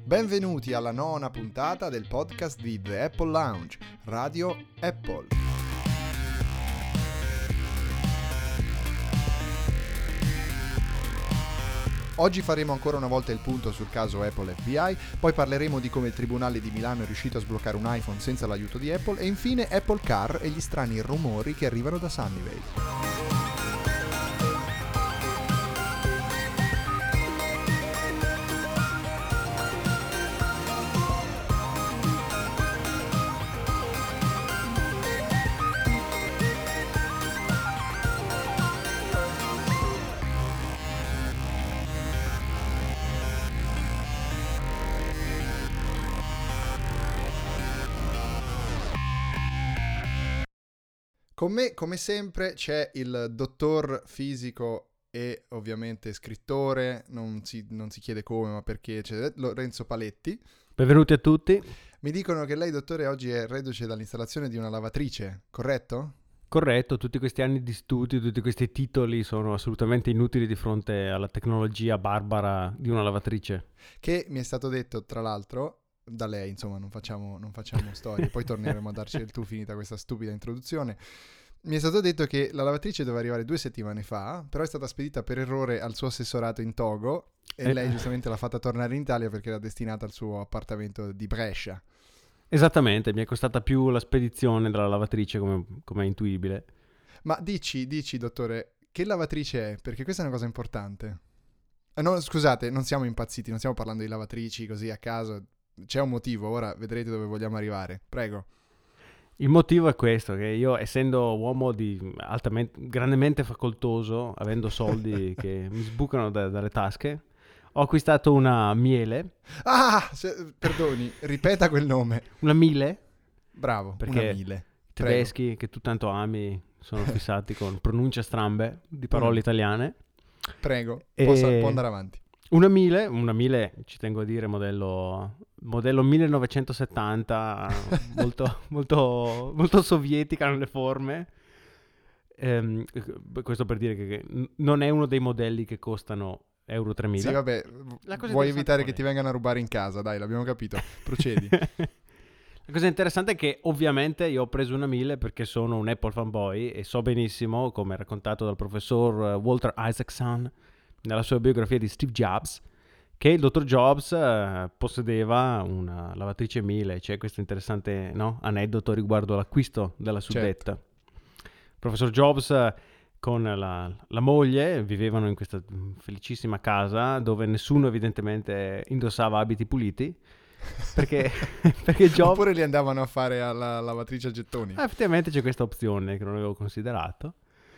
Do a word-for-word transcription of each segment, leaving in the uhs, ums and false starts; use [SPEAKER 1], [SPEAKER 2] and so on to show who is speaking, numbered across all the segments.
[SPEAKER 1] Benvenuti alla nona puntata del podcast di The Apple Lounge, Radio Apple. Oggi faremo ancora una volta il punto sul caso Apple F B I, poi parleremo di come il Tribunale di Milano è riuscito a sbloccare un iPhone senza l'aiuto di Apple e infine Apple Car e gli strani rumori che arrivano da Sunnyvale. Con me, come sempre, c'è il dottor fisico e ovviamente scrittore, non si, non si chiede come, ma perché, c'è Lorenzo Paletti.
[SPEAKER 2] Benvenuti a tutti.
[SPEAKER 1] Mi dicono che lei, dottore, oggi è reduce dall'installazione di una lavatrice, corretto?
[SPEAKER 2] Corretto, tutti questi anni di studio, tutti questi titoli sono assolutamente inutili di fronte alla tecnologia barbara di una lavatrice.
[SPEAKER 1] Che mi è stato detto, tra l'altro, da lei, insomma, non facciamo, non facciamo storie, poi torneremo a darci il tu finita questa stupida introduzione. Mi è stato detto che la lavatrice doveva arrivare due settimane fa, però è stata spedita per errore al suo assessorato in Togo e
[SPEAKER 2] eh.
[SPEAKER 1] lei giustamente l'ha fatta tornare in Italia perché era destinata al suo appartamento di Brescia.
[SPEAKER 2] Esattamente, mi è costata più la spedizione della lavatrice, come, come è intuibile.
[SPEAKER 1] Ma dici, dici, dottore, che lavatrice è? Perché questa è una cosa importante. Eh, no, scusate, non siamo impazziti, non stiamo parlando di lavatrici così a caso. C'è un motivo, ora vedrete dove vogliamo arrivare. Prego.
[SPEAKER 2] Il motivo è questo, che io, essendo uomo di altamente, grandemente facoltoso, avendo soldi che mi sbucano da, dalle tasche, ho acquistato una miele.
[SPEAKER 1] Ah, se, perdoni, ripeta quel nome.
[SPEAKER 2] Una mile?
[SPEAKER 1] Bravo,
[SPEAKER 2] perché
[SPEAKER 1] una mile.
[SPEAKER 2] I tedeschi, che tu tanto ami, sono fissati con pronunce strambe di parole mm. italiane.
[SPEAKER 1] Prego,
[SPEAKER 2] e...
[SPEAKER 1] Posso, può andare avanti.
[SPEAKER 2] Una mile, una mile, ci tengo a dire, modello, modello millenovecentosettanta, molto, molto, molto sovietica nelle forme. Ehm, questo per dire che, che non è uno dei modelli che costano euro tremila.
[SPEAKER 1] Sì, vabbè, vuoi evitare che ti vengano a rubare in casa, dai, l'abbiamo capito. Procedi.
[SPEAKER 2] La cosa interessante è che ovviamente io ho preso una mille perché sono un Apple fanboy e so benissimo, come raccontato dal professor Walter Isaacson nella sua biografia di Steve Jobs, che il dottor Jobs eh, possedeva una lavatrice mille. C'è questo interessante no, aneddoto riguardo l'acquisto della suddetta.
[SPEAKER 1] Certo.
[SPEAKER 2] Il professor Jobs eh, con la, la moglie vivevano in questa felicissima casa dove nessuno evidentemente indossava abiti puliti, perché, perché Jobs...
[SPEAKER 1] Oppure li andavano a fare alla lavatrice a gettoni.
[SPEAKER 2] Ah, effettivamente c'è questa opzione che non avevo considerato.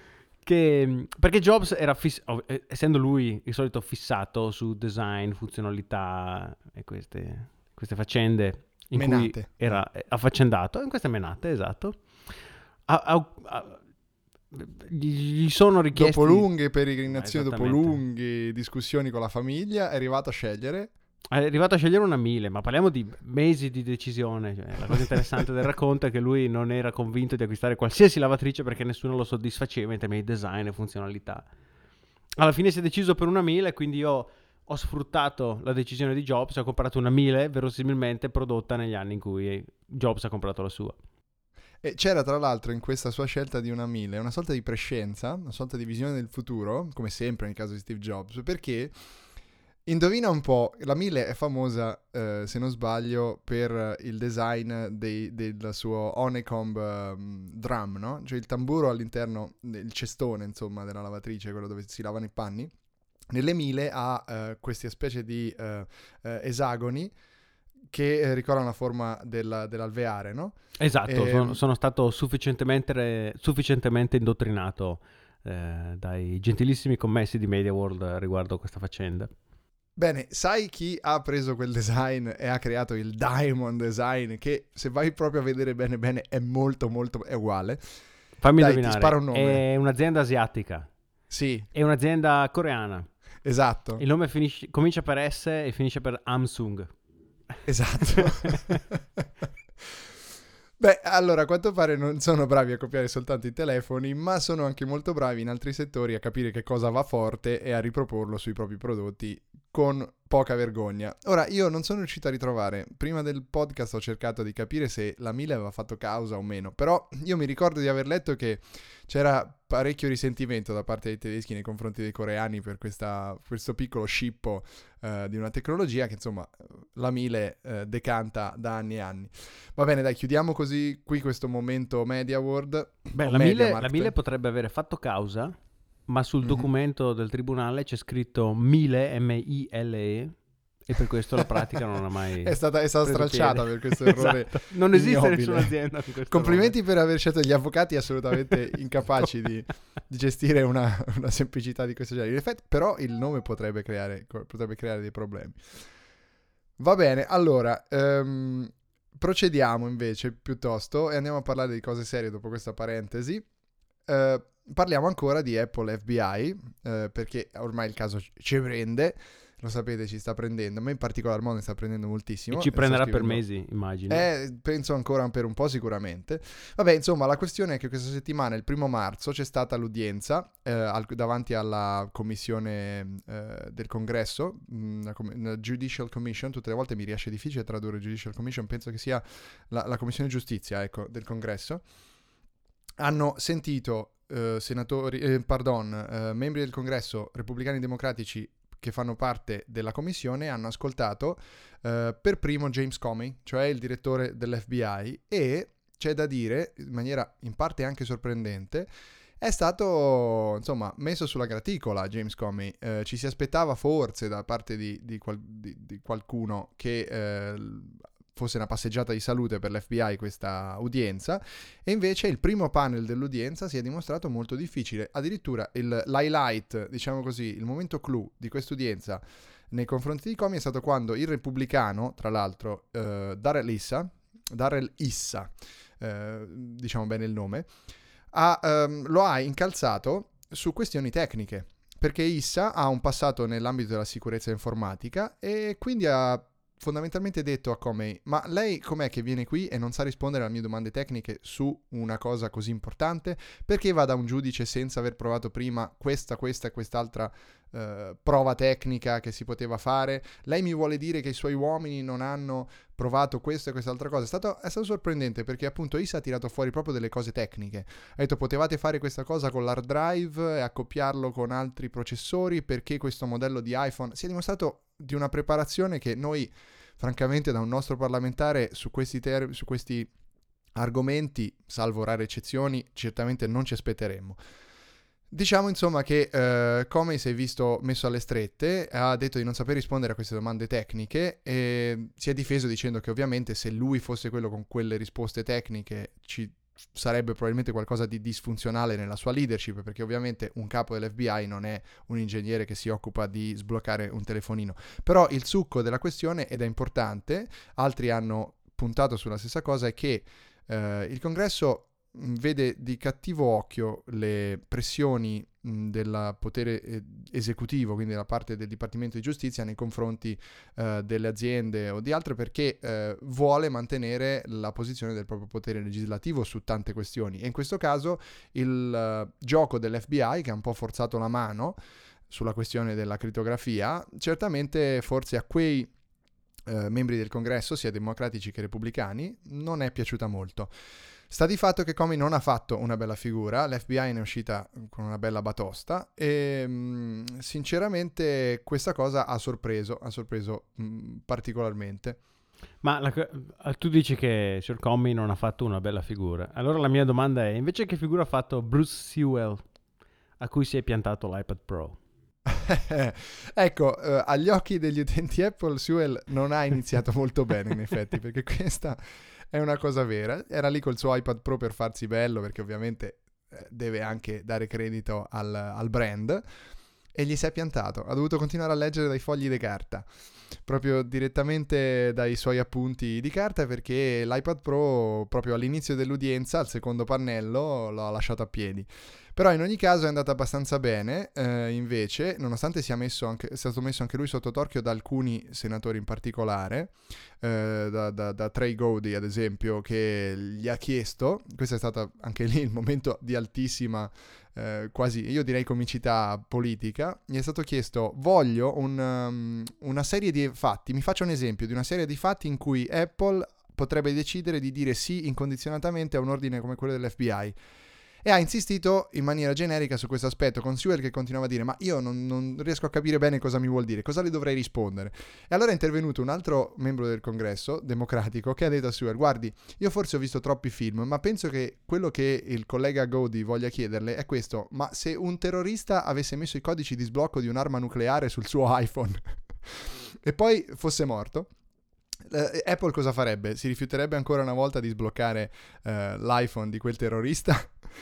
[SPEAKER 2] Che, perché Jobs era fiss- essendo lui il solito fissato su design, funzionalità e queste, queste faccende in
[SPEAKER 1] menate.
[SPEAKER 2] Cui era affaccendato, in queste menate, esatto, a, a, a, gli sono richiesti...
[SPEAKER 1] Dopo lunghe peregrinazioni, dopo lunghe discussioni con la famiglia, è arrivato a scegliere...
[SPEAKER 2] È arrivato a scegliere una mille, ma parliamo di mesi di decisione. Cioè, la cosa interessante del racconto è che lui non era convinto di acquistare qualsiasi lavatrice perché nessuno lo soddisfaceva in termini di design e funzionalità. Alla fine si è deciso per una mille, quindi io ho sfruttato la decisione di Jobs e ho comprato una mille verosimilmente prodotta negli anni in cui Jobs ha comprato la sua.
[SPEAKER 1] E c'era tra l'altro in questa sua scelta di una mille una sorta di prescienza, una sorta di visione del futuro, come sempre nel caso di Steve Jobs, perché... Indovina un po', la mille è famosa, eh, se non sbaglio, per il design dei, del suo Honeycomb um, drum, no? Cioè il tamburo all'interno, il cestone, insomma, della lavatrice, quello dove si lavano i panni. Nelle mille ha uh, queste specie di uh, uh, esagoni che eh, ricordano la forma del, dell'alveare, no?
[SPEAKER 2] Esatto,
[SPEAKER 1] e,
[SPEAKER 2] sono, sono stato sufficientemente, sufficientemente indottrinato eh, dai gentilissimi commessi di Media World riguardo questa faccenda.
[SPEAKER 1] Bene, sai chi ha preso quel design e ha creato il Diamond Design, che se vai proprio a vedere bene bene è molto molto è uguale.
[SPEAKER 2] Fammi
[SPEAKER 1] Dai,
[SPEAKER 2] indovinare,
[SPEAKER 1] ti sparo un nome.
[SPEAKER 2] È un'azienda asiatica.
[SPEAKER 1] Sì.
[SPEAKER 2] È un'azienda coreana.
[SPEAKER 1] Esatto.
[SPEAKER 2] Il nome finisce, comincia per S e finisce per Samsung.
[SPEAKER 1] Esatto. Beh, allora, a quanto pare non sono bravi a copiare soltanto i telefoni, ma sono anche molto bravi in altri settori a capire che cosa va forte e a riproporlo sui propri prodotti con poca vergogna. Ora, io non sono riuscito a ritrovare, prima del podcast ho cercato di capire se la Miele aveva fatto causa o meno, però io mi ricordo di aver letto che c'era parecchio risentimento da parte dei tedeschi nei confronti dei coreani per questa, questo piccolo scippo eh, di una tecnologia che insomma la Miele eh, decanta da anni e anni. Va bene, dai, chiudiamo così qui questo momento Media World.
[SPEAKER 2] Beh, la Miele, la Miele potrebbe avere fatto causa, ma sul mm-hmm. documento del tribunale c'è scritto Mile, M I L E, e per questo la pratica non ha mai
[SPEAKER 1] è stata, è stata stracciata per questo errore.
[SPEAKER 2] Esatto. Non esiste
[SPEAKER 1] ignobile.
[SPEAKER 2] Nessuna azienda con questo
[SPEAKER 1] complimenti
[SPEAKER 2] nome.
[SPEAKER 1] Per aver scelto gli avvocati assolutamente incapaci di, di gestire una, una semplicità di questo genere. In effetti, però il nome potrebbe creare, potrebbe creare dei problemi. Va bene, allora um, procediamo invece piuttosto e andiamo a parlare di cose serie dopo questa parentesi. Uh, parliamo ancora di Apple F B I, uh, perché ormai il caso ci prende. Lo sapete, ci sta prendendo, a me in particolar modo ne sta prendendo moltissimo.
[SPEAKER 2] E ci prenderà per mesi, immagino.
[SPEAKER 1] Eh, penso ancora per un po' sicuramente. Vabbè, insomma, la questione è che questa settimana, il primo marzo, c'è stata l'udienza eh, al, davanti alla commissione eh, del Congresso, mh, la Judicial Commission. Tutte le volte mi riesce difficile tradurre Judicial Commission, penso che sia la, la Commissione Giustizia, ecco, del Congresso. Hanno sentito eh, senatori, eh, pardon, eh, membri del Congresso repubblicani democratici che fanno parte della commissione, hanno ascoltato uh, per primo James Comey, cioè il direttore dell'F B I, e c'è da dire, in maniera in parte anche sorprendente, è stato insomma messo sulla graticola James Comey. Uh, ci si aspettava forse da parte di, di, qual, di, di qualcuno che uh, fosse una passeggiata di salute per l'F B I questa udienza, e invece il primo panel dell'udienza si è dimostrato molto difficile. Addirittura il, l'highlight, diciamo così, il momento clou di quest'udienza nei confronti di Comey è stato quando il repubblicano, tra l'altro uh, Darrell Issa, Darrell Issa uh, diciamo bene il nome, ha, um, lo ha incalzato su questioni tecniche, perché Issa ha un passato nell'ambito della sicurezza informatica e quindi ha fondamentalmente detto a Comey: ma lei com'è che viene qui e non sa rispondere alle mie domande tecniche su una cosa così importante? Perché va da un giudice senza aver provato prima questa, questa e quest'altra eh, prova tecnica che si poteva fare? Lei mi vuole dire che i suoi uomini non hanno provato questa e quest'altra cosa? È stato, è stato sorprendente, perché appunto Issa ha tirato fuori proprio delle cose tecniche. Ha detto: potevate fare questa cosa con l'hard drive e accoppiarlo con altri processori, perché questo modello di iPhone si è dimostrato di una preparazione che noi, francamente, da un nostro parlamentare su questi, ter- su questi argomenti, salvo rare eccezioni, certamente non ci aspetteremmo. Diciamo insomma che uh, Comey si è visto messo alle strette, ha detto di non saper rispondere a queste domande tecniche e si è difeso dicendo che ovviamente se lui fosse quello con quelle risposte tecniche ci sarebbe probabilmente qualcosa di disfunzionale nella sua leadership, perché ovviamente un capo dell'F B I non è un ingegnere che si occupa di sbloccare un telefonino. Però il succo della questione, ed è importante, altri hanno puntato sulla stessa cosa, è che eh, il Congresso vede di cattivo occhio le pressioni mh, del potere eh, esecutivo, quindi da parte del Dipartimento di Giustizia nei confronti eh, delle aziende o di altre, perché eh, vuole mantenere la posizione del proprio potere legislativo su tante questioni. E in questo caso il uh, gioco dell'F B I, che ha un po' forzato la mano sulla questione della crittografia, certamente forse a quei eh, membri del Congresso, sia democratici che repubblicani, non è piaciuta molto. Sta di fatto che Comey non ha fatto una bella figura, l'F B I ne è uscita con una bella batosta e mh, sinceramente questa cosa ha sorpreso, ha sorpreso mh, particolarmente.
[SPEAKER 2] Ma la, tu dici che Sir Comey non ha fatto una bella figura. Allora la mia domanda è: invece che figura ha fatto Bruce Sewell, a cui si è piantato l'iPad Pro?
[SPEAKER 1] Ecco, eh, agli occhi degli utenti Apple, Sewell non ha iniziato molto bene in effetti, perché questa è una cosa vera. Era lì col suo iPad Pro per farsi bello, perché ovviamente eh, deve anche dare credito al, al brand, e gli si è piantato. Ha dovuto continuare a leggere dai fogli di carta, proprio direttamente dai suoi appunti di carta, perché l'iPad Pro proprio all'inizio dell'udienza, al secondo pannello, l'ha lasciato a piedi. Però in ogni caso è andata abbastanza bene, eh, invece, nonostante sia messo anche, sia stato messo anche lui sotto torchio da alcuni senatori in particolare, eh, da, da, da Trey Gowdy ad esempio, che gli ha chiesto, questo è stato anche lì il momento di altissima eh, quasi, io direi comicità politica, gli è stato chiesto: voglio un, um, una serie di fatti, mi faccia un esempio di una serie di fatti in cui Apple potrebbe decidere di dire sì incondizionatamente a un ordine come quello dell'F B I. E ha insistito in maniera generica su questo aspetto, con Sewell che continuava a dire: ma io non, non riesco a capire bene cosa mi vuol dire, cosa le dovrei rispondere. E allora è intervenuto un altro membro del congresso democratico che ha detto a Sewell: guardi, io forse ho visto troppi film, ma penso che quello che il collega Gowdy voglia chiederle è questo: ma se un terrorista avesse messo i codici di sblocco di un'arma nucleare sul suo iPhone e poi fosse morto, Uh, Apple cosa farebbe? Si rifiuterebbe ancora una volta di sbloccare uh, l'iPhone di quel terrorista?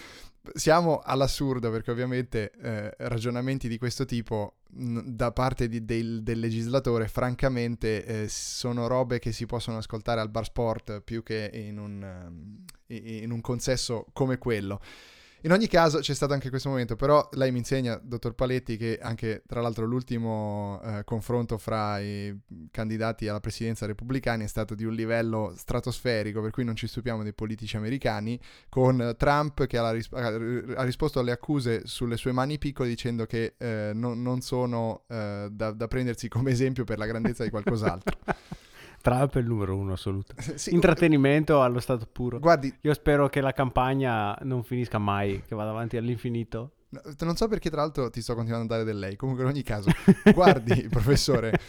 [SPEAKER 1] Siamo all'assurdo, perché ovviamente uh, ragionamenti di questo tipo n- da parte di, del, del legislatore francamente uh, sono robe che si possono ascoltare al bar sport più che in un, um, in un consesso come quello. In ogni caso c'è stato anche questo momento, però lei mi insegna, dottor Paletti, che anche tra l'altro l'ultimo eh, confronto fra i candidati alla presidenza repubblicani è stato di un livello stratosferico, per cui non ci stupiamo dei politici americani, con Trump che ha, ris- ha risposto alle accuse sulle sue mani piccole dicendo che eh, non, non sono eh, da, da prendersi come esempio per la grandezza di qualcos'altro.
[SPEAKER 2] Trump è il numero uno assoluto.
[SPEAKER 1] Sì,
[SPEAKER 2] Intrattenimento allo stato puro.
[SPEAKER 1] Guardi,
[SPEAKER 2] io spero che la campagna non finisca mai, che vada avanti all'infinito.
[SPEAKER 1] Non so perché tra l'altro ti sto continuando a dare del lei. Comunque in ogni caso, guardi, professore,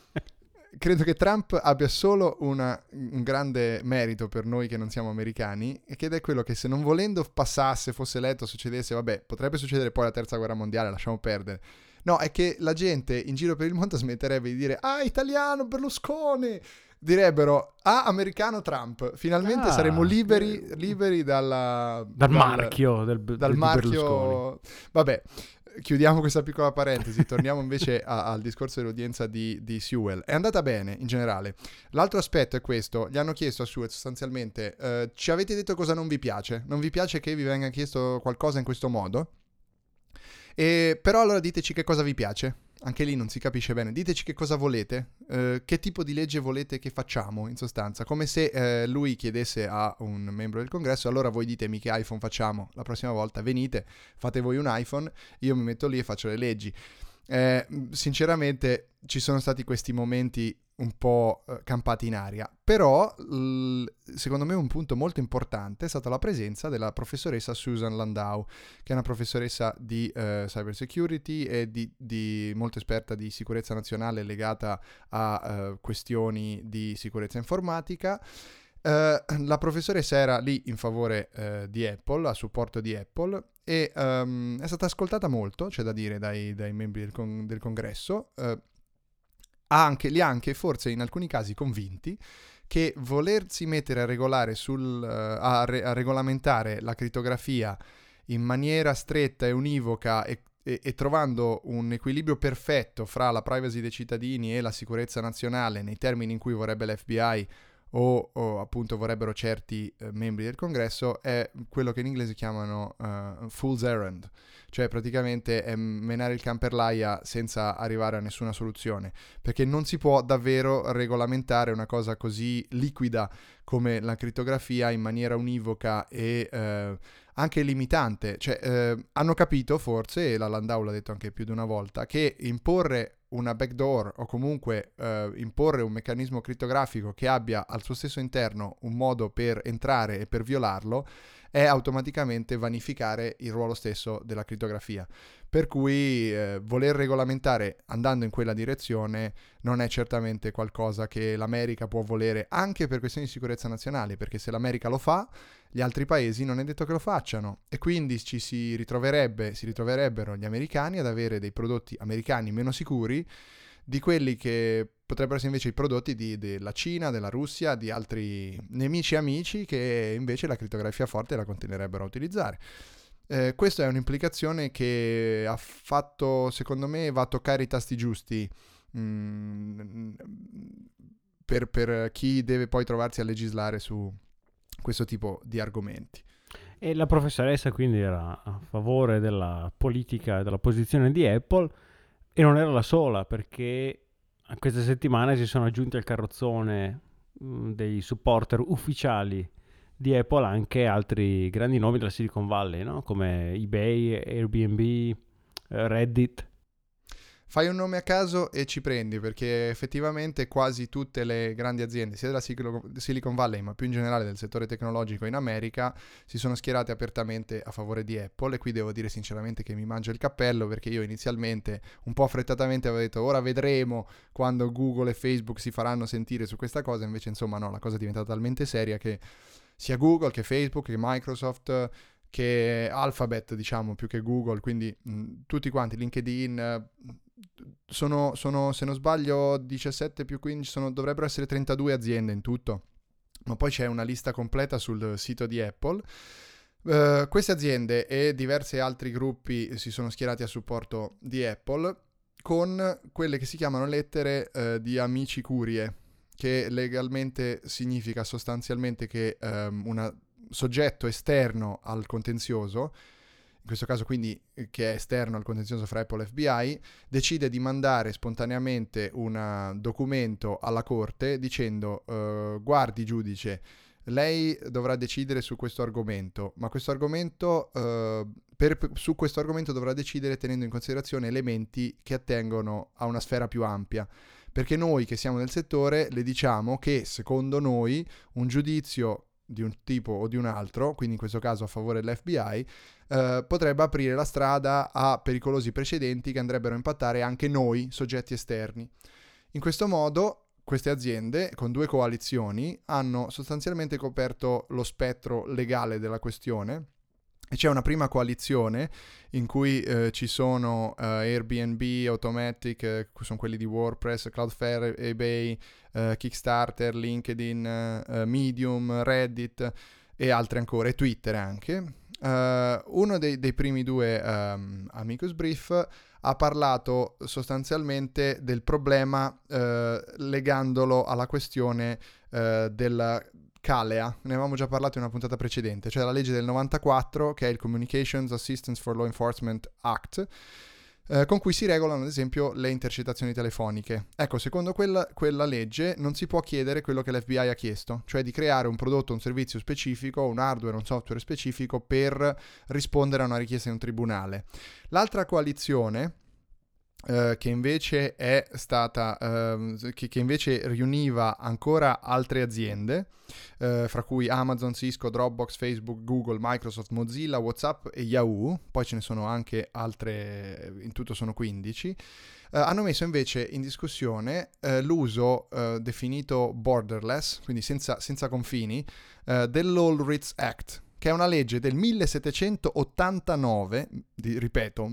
[SPEAKER 1] credo che Trump abbia solo una, un grande merito per noi che non siamo americani, e che è quello che, se non volendo passasse, fosse eletto, succedesse, vabbè, potrebbe succedere poi la terza guerra mondiale, lasciamo perdere. No, è che la gente in giro per il mondo smetterebbe di dire: ah, italiano Berlusconi, direbbero: ah, americano Trump. Finalmente ah, saremo liberi, che... liberi dalla,
[SPEAKER 2] dal, dal marchio del,
[SPEAKER 1] dal
[SPEAKER 2] del
[SPEAKER 1] marchio.
[SPEAKER 2] Berlusconi.
[SPEAKER 1] Vabbè, chiudiamo questa piccola parentesi, torniamo invece a, al discorso dell'udienza di, di Sewell. È andata bene in generale. L'altro aspetto è questo: gli hanno chiesto a Sewell sostanzialmente: eh, ci avete detto cosa non vi piace? Non vi piace che vi venga chiesto qualcosa in questo modo? E però allora diteci che cosa vi piace. Anche lì non si capisce bene. Diteci che cosa volete, eh, che tipo di legge volete che facciamo, in sostanza. Come se eh, lui chiedesse a un membro del congresso: allora voi ditemi che iPhone facciamo la prossima volta, venite, fate voi un iPhone, io mi metto lì e faccio le leggi. Eh, sinceramente ci sono stati questi momenti un po' eh, campati in aria, però l- secondo me un punto molto importante è stata la presenza della professoressa Susan Landau, che è una professoressa di eh, cyber security e di, di molto esperta di sicurezza nazionale legata a eh, questioni di sicurezza informatica. Uh, la professoressa era lì in favore uh, di Apple, a supporto di Apple, e um, è stata ascoltata molto, c'è da dire, dai, dai membri del, con- del congresso. Uh, ha anche, li ha anche forse in alcuni casi convinti che volersi mettere a regolare sul, uh, a, re- a regolamentare la crittografia in maniera stretta e univoca e E, e trovando un equilibrio perfetto fra la privacy dei cittadini e la sicurezza nazionale nei termini in cui vorrebbe l'F B I o, o appunto vorrebbero certi eh, membri del congresso, è quello che in inglese chiamano uh, fool's errand, cioè praticamente è menare il can per l'aia senza arrivare a nessuna soluzione, perché non si può davvero regolamentare una cosa così liquida come la crittografia in maniera univoca e eh, anche limitante. Cioè eh, hanno capito forse, e la Landau l'ha detto anche più di una volta, che imporre una backdoor o comunque eh, imporre un meccanismo crittografico che abbia al suo stesso interno un modo per entrare e per violarlo è automaticamente vanificare il ruolo stesso della crittografia. Per cui eh, voler regolamentare andando in quella direzione non è certamente qualcosa che l'America può volere, anche per questioni di sicurezza nazionale, perché se l'America lo fa, gli altri paesi non è detto che lo facciano, e quindi ci si ritroverebbe, si ritroverebbero gli americani ad avere dei prodotti americani meno sicuri di quelli che potrebbero essere invece i prodotti di, della Cina, della Russia, di altri nemici amici che invece la crittografia forte la continuerebbero a utilizzare. Eh, questa è un'implicazione che ha fatto, secondo me, va a toccare i tasti giusti mh, per, per chi deve poi trovarsi a legislare su questo tipo di argomenti.
[SPEAKER 2] E la professoressa quindi era a favore della politica e della posizione di Apple, e non era la sola, perché questa settimana si sono aggiunti al carrozzone mh, dei supporter ufficiali di Apple anche altri grandi nomi della Silicon Valley, no? Come eBay, Airbnb, eh, Reddit.
[SPEAKER 1] Fai un nome a caso e ci prendi, perché effettivamente quasi tutte le grandi aziende, sia della Silicon Valley, ma più in generale del settore tecnologico in America, si sono schierate apertamente a favore di Apple. E qui devo dire sinceramente che mi mangio il cappello, perché io inizialmente, un po' affrettatamente, avevo detto ora vedremo quando Google e Facebook si faranno sentire su questa cosa. Invece insomma no, la cosa è diventata talmente seria che sia Google che Facebook che Microsoft che Alphabet, diciamo, più che Google, quindi mh, tutti quanti, LinkedIn, mh, sono, sono, se non sbaglio, diciassette più quindici, sono, dovrebbero essere trentadue aziende in tutto, ma poi c'è una lista completa sul sito di Apple. Uh, queste aziende e diversi altri gruppi si sono schierati a supporto di Apple con quelle che si chiamano lettere uh, di amici curie, che legalmente significa sostanzialmente che um, un soggetto esterno al contenzioso, in questo caso quindi che è esterno al contenzioso fra Apple e F B I, decide di mandare spontaneamente un documento alla corte dicendo uh, guardi giudice, lei dovrà decidere su questo argomento, ma questo argomento uh, per, su questo argomento dovrà decidere tenendo in considerazione elementi che attengono a una sfera più ampia, perché noi che siamo nel settore le diciamo che secondo noi un giudizio di un tipo o di un altro, quindi in questo caso a favore dell'F B I, eh, potrebbe aprire la strada a pericolosi precedenti che andrebbero a impattare anche noi, soggetti esterni. In questo modo queste aziende, con due coalizioni, hanno sostanzialmente coperto lo spettro legale della questione. E c'è una prima coalizione in cui eh, ci sono uh, Airbnb, Automatic, eh, sono quelli di WordPress, Cloudflare, eBay, uh, Kickstarter, LinkedIn, uh, Medium, Reddit e altri ancora, e Twitter anche. Uh, uno dei, dei primi due um, Amicus Brief ha parlato sostanzialmente del problema uh, legandolo alla questione uh, della Calea, ne avevamo già parlato in una puntata precedente, cioè la legge del novantaquattro, che è il Communications Assistance for Law Enforcement Act, eh, con cui si regolano ad esempio le intercettazioni telefoniche. Ecco, secondo quella, quella legge non si può chiedere quello che l'F B I ha chiesto, cioè di creare un prodotto, un servizio specifico, un hardware, un software specifico per rispondere a una richiesta di un tribunale. L'altra coalizione, Uh, che invece è stata uh, che, che invece riuniva ancora altre aziende, uh, fra cui Amazon, Cisco, Dropbox, Facebook, Google, Microsoft, Mozilla, WhatsApp e Yahoo, poi ce ne sono anche altre, in tutto sono quindici, uh, hanno messo invece in discussione uh, l'uso uh, definito borderless, quindi senza, senza confini, uh, dell'All Writs Act, che è una legge del millesettecentoottantanove, di, ripeto,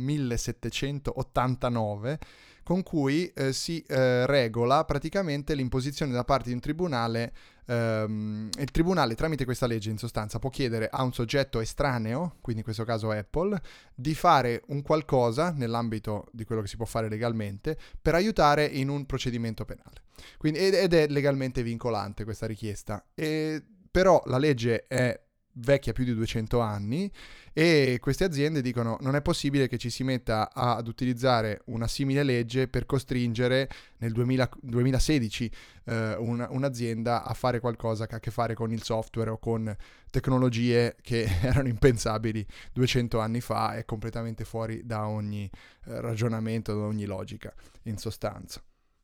[SPEAKER 1] millesettecentoottantanove, con cui eh, si eh, regola praticamente l'imposizione da parte di un tribunale. Ehm, il tribunale tramite questa legge in sostanza può chiedere a un soggetto estraneo, quindi in questo caso Apple, di fare un qualcosa nell'ambito di quello che si può fare legalmente per aiutare in un procedimento penale. Quindi, ed, ed è legalmente vincolante questa richiesta. E, però la legge è vecchia più di duecento anni e queste aziende dicono non è possibile che ci si metta ad utilizzare una simile legge per costringere nel duemila, duemilasedici eh, un, un'azienda a fare qualcosa che ha a che fare con il software o con tecnologie che erano impensabili duecento anni fa e completamente fuori da ogni eh, ragionamento, da ogni logica in sostanza.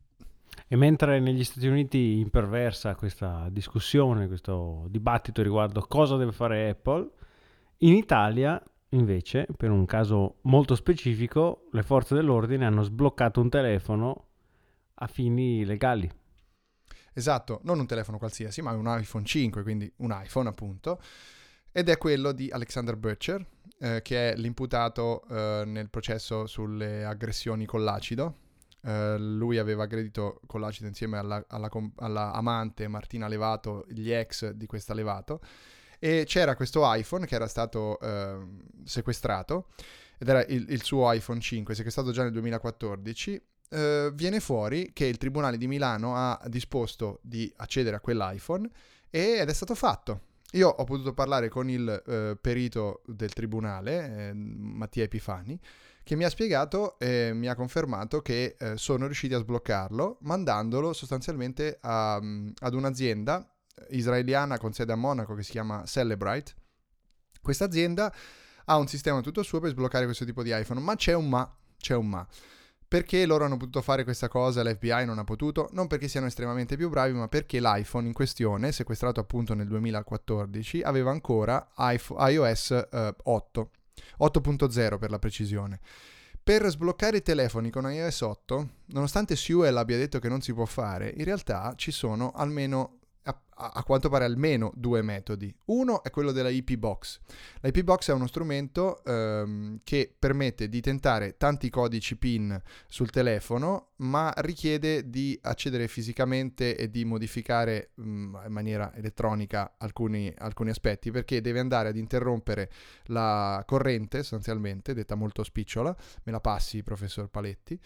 [SPEAKER 2] E mentre negli Stati Uniti imperversa questa discussione, questo dibattito riguardo cosa deve fare Apple, in Italia invece, per un caso molto specifico, le forze dell'ordine hanno sbloccato un telefono a fini legali.
[SPEAKER 1] Esatto, non un telefono qualsiasi, ma un iPhone cinque, quindi un iPhone appunto, ed è quello di Alexander Butcher, eh, che è l'imputato eh, nel processo sulle aggressioni con l'acido. Uh, lui aveva aggredito con l'acido insieme alla, alla, alla amante Martina Levato, gli ex di questa Levato, e c'era questo iPhone che era stato uh, sequestrato, ed era il, il suo iPhone cinque, sequestrato già nel duemilaquattordici. Uh, viene fuori che il Tribunale di Milano ha disposto di accedere a quell'iPhone ed è stato fatto. Io ho potuto parlare con il uh, perito del tribunale, eh, Mattia Epifani, che mi ha spiegato e mi ha confermato che eh, sono riusciti a sbloccarlo mandandolo sostanzialmente a, ad un'azienda israeliana con sede a Monaco che si chiama Cellebrite. Questa azienda ha un sistema tutto suo per sbloccare questo tipo di iPhone, ma c'è un ma, c'è un ma. Perché loro hanno potuto fare questa cosa, l'F B I non ha potuto? Non perché siano estremamente più bravi, ma perché l'iPhone in questione, sequestrato appunto nel duemilaquattordici, aveva ancora iPhone, iOS eh, otto, otto punto zero per la precisione. Per sbloccare i telefoni con iOS otto, nonostante Sewell abbia detto che non si può fare, in realtà ci sono almeno, a, a quanto pare almeno due metodi. Uno è quello della I P Box. La I P Box è uno strumento ehm, che permette di tentare tanti codici PIN sul telefono, ma richiede di accedere fisicamente e di modificare mh, in maniera elettronica alcuni, alcuni aspetti, perché deve andare ad interrompere la corrente, sostanzialmente, detta molto spicciola. Me la passi, professor Paletti?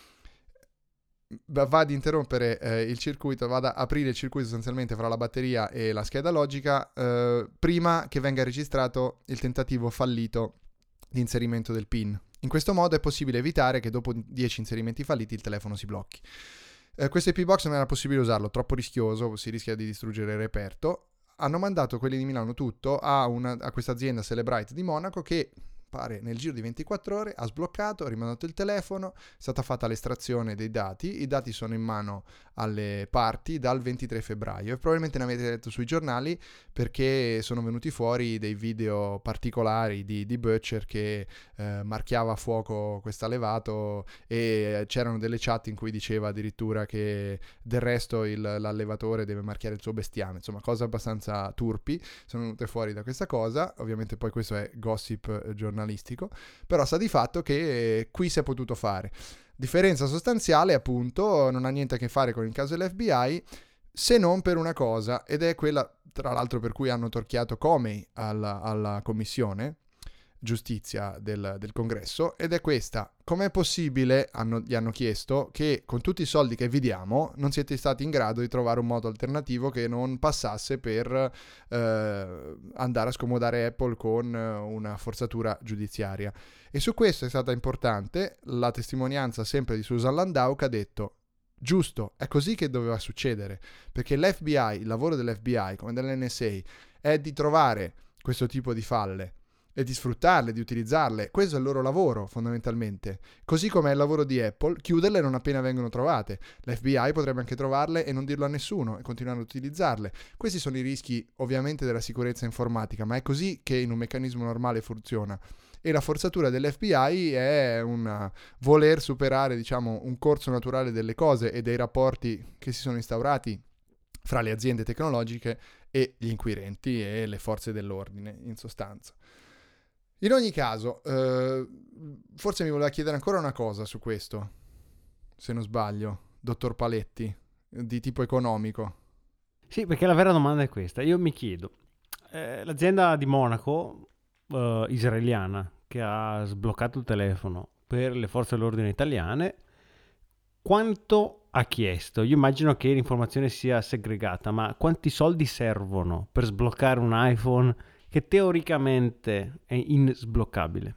[SPEAKER 1] Va ad interrompere eh, il circuito, va ad aprire il circuito sostanzialmente fra la batteria e la scheda logica eh, prima che venga registrato il tentativo fallito di inserimento del PIN. In questo modo è possibile evitare che dopo dieci inserimenti falliti il telefono si blocchi. Eh, questo I P Box non era possibile usarlo, troppo rischioso, si rischia di distruggere il reperto. Hanno mandato quelli di Milano tutto a, una, a questa azienda Cellebrite di Monaco che pare nel giro di ventiquattro ore ha sbloccato, ha rimandato il telefono, è stata fatta l'estrazione dei dati, i dati sono in mano alle parti dal ventitré febbraio e probabilmente ne avete letto sui giornali perché sono venuti fuori dei video particolari di, di Butcher che eh, marchiava a fuoco questo allevato e c'erano delle chat in cui diceva addirittura che del resto il, l'allevatore deve marchiare il suo bestiame, insomma cose abbastanza turpi sono venute fuori da questa cosa. Ovviamente poi questo è gossip giornalistico, però sta di fatto che eh, qui si è potuto fare. Differenza sostanziale, appunto, non ha niente a che fare con il caso dell'F B I, se non per una cosa, ed è quella, tra l'altro, per cui hanno torchiato Comey alla, alla commissione giustizia del, del congresso, ed è questa: com'è possibile, hanno, gli hanno chiesto, che con tutti i soldi che vi diamo non siete stati in grado di trovare un modo alternativo che non passasse per eh, andare a scomodare Apple con una forzatura giudiziaria. E su questo è stata importante la testimonianza sempre di Susan Landau, che ha detto: giusto, è così che doveva succedere, perché l'F B I, il lavoro dell'F B I come dell'N S A è di trovare questo tipo di falle e di sfruttarle, di utilizzarle. Questo è il loro lavoro fondamentalmente, così come è il lavoro di Apple chiuderle non appena vengono trovate. L'F B I potrebbe anche trovarle e non dirlo a nessuno e continuare ad utilizzarle. Questi sono i rischi ovviamente della sicurezza informatica, ma è così che in un meccanismo normale funziona. E la forzatura dell'F B I è un voler superare, diciamo, un corso naturale delle cose e dei rapporti che si sono instaurati fra le aziende tecnologiche e gli inquirenti e le forze dell'ordine, in sostanza. In ogni caso, eh, forse mi voleva chiedere ancora una cosa su questo, se non sbaglio, dottor Paletti, di tipo economico.
[SPEAKER 2] Sì, perché la vera domanda è questa. Io mi chiedo, eh, l'azienda di Monaco, Uh, israeliana, che ha sbloccato il telefono per le forze dell'ordine italiane, quanto ha chiesto? Io immagino che l'informazione sia segregata, ma quanti soldi servono per sbloccare un iPhone che teoricamente è insbloccabile?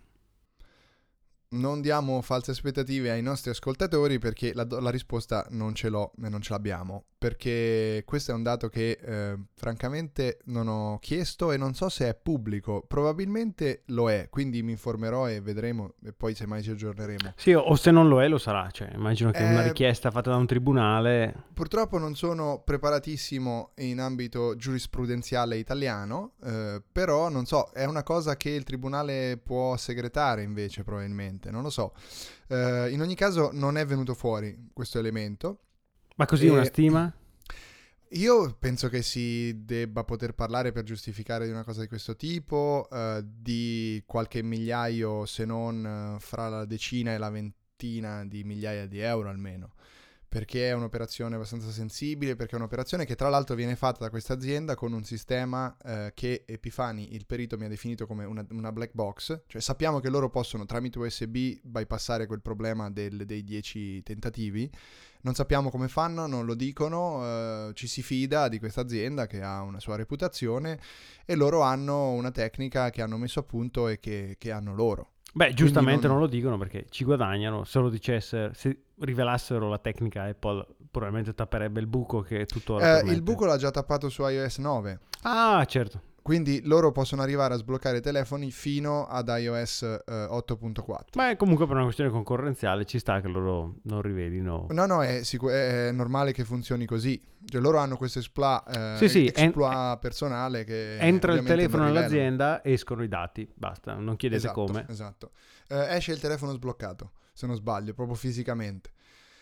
[SPEAKER 1] Non diamo false aspettative ai nostri ascoltatori, perché la, la risposta non ce l'ho e non ce l'abbiamo, perché questo è un dato che eh, francamente non ho chiesto e non so se è pubblico. Probabilmente lo è, quindi mi informerò e vedremo e poi semmai ci aggiorneremo.
[SPEAKER 2] Sì, o se non lo è lo sarà, cioè immagino che
[SPEAKER 1] eh,
[SPEAKER 2] una richiesta fatta da un tribunale.
[SPEAKER 1] Purtroppo non sono preparatissimo in ambito giurisprudenziale italiano, eh, però non so, è una cosa che il tribunale può segretare invece probabilmente, non lo so. Eh, in ogni caso non è venuto fuori questo elemento.
[SPEAKER 2] Ma così
[SPEAKER 1] e...
[SPEAKER 2] una stima?
[SPEAKER 1] Io penso che si debba poter parlare, per giustificare di una cosa di questo tipo, eh, di qualche migliaio, se non eh, fra la decina e la ventina di migliaia di euro almeno, perché è un'operazione abbastanza sensibile, perché è un'operazione che tra l'altro viene fatta da questa azienda con un sistema eh, che Epifani, il perito, mi ha definito come una, una black box, cioè sappiamo che loro possono tramite U S B bypassare quel problema del, dei dieci tentativi, non sappiamo come fanno, non lo dicono, eh, ci si fida di questa azienda che ha una sua reputazione e loro hanno una tecnica che hanno messo a punto e che, che hanno loro.
[SPEAKER 2] Beh, giustamente
[SPEAKER 1] non...
[SPEAKER 2] non lo dicono perché ci guadagnano. Se lo dicessero, se rivelassero la tecnica Apple, probabilmente tapperebbe il buco che tuttora
[SPEAKER 1] Eh,
[SPEAKER 2] permette.
[SPEAKER 1] il buco l'ha già tappato su iOS nove.
[SPEAKER 2] Ah, certo.
[SPEAKER 1] Quindi loro possono arrivare a sbloccare i telefoni fino ad iOS eh, otto punto quattro.
[SPEAKER 2] Ma è comunque per una questione concorrenziale ci sta che loro non rivedino.
[SPEAKER 1] No, no, è, sicu- è normale che funzioni così. Cioè, loro hanno questo exploit, eh,
[SPEAKER 2] Sì, sì, en-
[SPEAKER 1] exploit personale che
[SPEAKER 2] entra il
[SPEAKER 1] ovviamente
[SPEAKER 2] telefono
[SPEAKER 1] non rivelano.
[SPEAKER 2] nell'azienda, escono i dati, basta, non chiedete
[SPEAKER 1] Esatto,
[SPEAKER 2] come.
[SPEAKER 1] esatto. Eh, esce il telefono sbloccato, se non sbaglio, proprio fisicamente.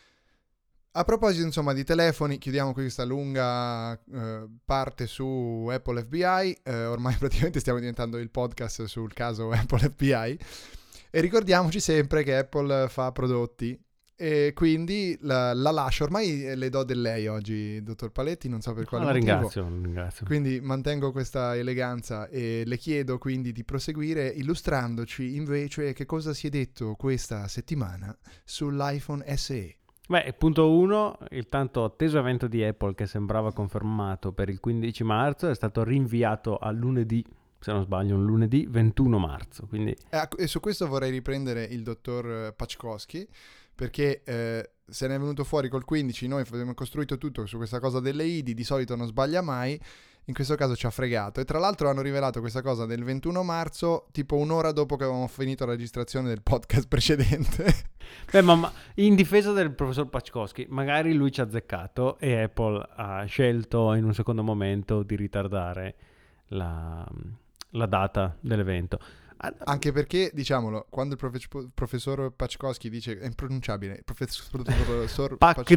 [SPEAKER 1] A proposito, insomma, di telefoni, chiudiamo questa lunga eh, parte su Apple F B I. Eh, ormai praticamente stiamo diventando il podcast sul caso Apple F B I. E ricordiamoci sempre che Apple fa prodotti. E quindi la, la lascio. Ormai le do del lei oggi, dottor Paletti, non so per quale
[SPEAKER 2] la
[SPEAKER 1] motivo.
[SPEAKER 2] ringrazio, la ringrazio.
[SPEAKER 1] Quindi mantengo questa eleganza e le chiedo quindi di proseguire illustrandoci invece che cosa si è detto questa settimana sull'iPhone S E.
[SPEAKER 2] Beh, punto uno, il tanto atteso evento di Apple che sembrava confermato per il quindici marzo è stato rinviato a lunedì, se non sbaglio, un lunedì ventuno marzo. Quindi...
[SPEAKER 1] E su questo vorrei riprendere il dottor Paczkowski, perché eh, se ne è venuto fuori col quindici, noi abbiamo costruito tutto su questa cosa delle I D I, di solito non sbaglia mai, in questo caso ci ha fregato. E tra l'altro hanno rivelato questa cosa del ventuno marzo, tipo un'ora dopo che avevamo finito la registrazione del podcast precedente.
[SPEAKER 2] Beh, ma, ma in difesa del professor Paczkowski, magari lui ci ha azzeccato e Apple ha scelto in un secondo momento di ritardare la, la data dell'evento.
[SPEAKER 1] Anche perché, diciamolo, quando il profe- professor Paczkowski dice, è impronunciabile, il professor, professor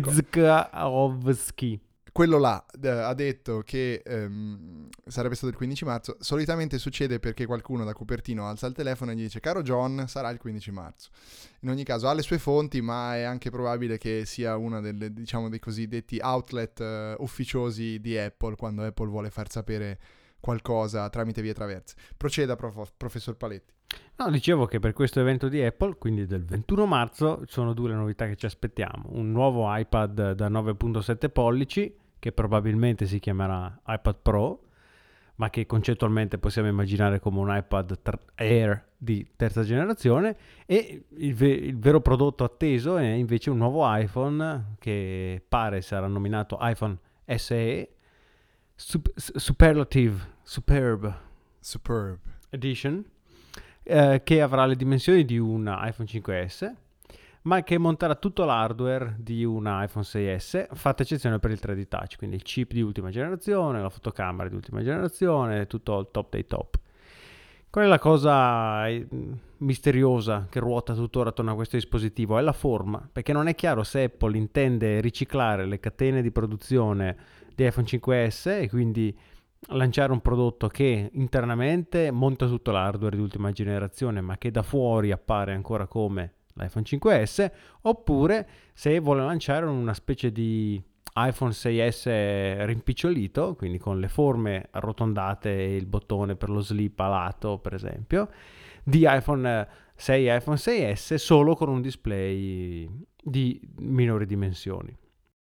[SPEAKER 2] Paczkowski,
[SPEAKER 1] quello là eh, ha detto che ehm, sarebbe stato il quindici marzo. Solitamente succede perché qualcuno da Cupertino alza il telefono e gli dice: caro John, sarà il quindici marzo. In ogni caso ha le sue fonti, ma è anche probabile che sia una delle, diciamo, dei cosiddetti outlet eh, ufficiosi di Apple, quando Apple vuole far sapere qualcosa tramite vie traverse. Proceda, prof, professor Paletti.
[SPEAKER 2] No, dicevo che per questo evento di Apple, quindi del ventuno marzo, sono due le novità che ci aspettiamo. Un nuovo iPad da nove virgola sette pollici, che probabilmente si chiamerà iPad Pro, ma che concettualmente possiamo immaginare come un iPad Air di terza generazione, e il, ve- il vero prodotto atteso è invece un nuovo iPhone che pare sarà nominato iPhone S E Sup- Superlative Superb
[SPEAKER 1] Superb
[SPEAKER 2] Edition, eh, che avrà le dimensioni di un iPhone cinque S, ma che monterà tutto l'hardware di un iPhone sei S, fatta eccezione per il tre D Touch, quindi il chip di ultima generazione, la fotocamera di ultima generazione, tutto il top dei top. Qual è la cosa misteriosa che ruota tuttora attorno a questo dispositivo? È la forma, perché non è chiaro se Apple intende riciclare le catene di produzione di iPhone cinque S e quindi lanciare un prodotto che internamente monta tutto l'hardware di ultima generazione, ma che da fuori appare ancora come l'iPhone cinque S, oppure se vuole lanciare una specie di iPhone sei S rimpicciolito, quindi con le forme arrotondate e il bottone per lo slip a lato, per esempio, di iPhone sei e iPhone sei S, solo con un display di minori dimensioni.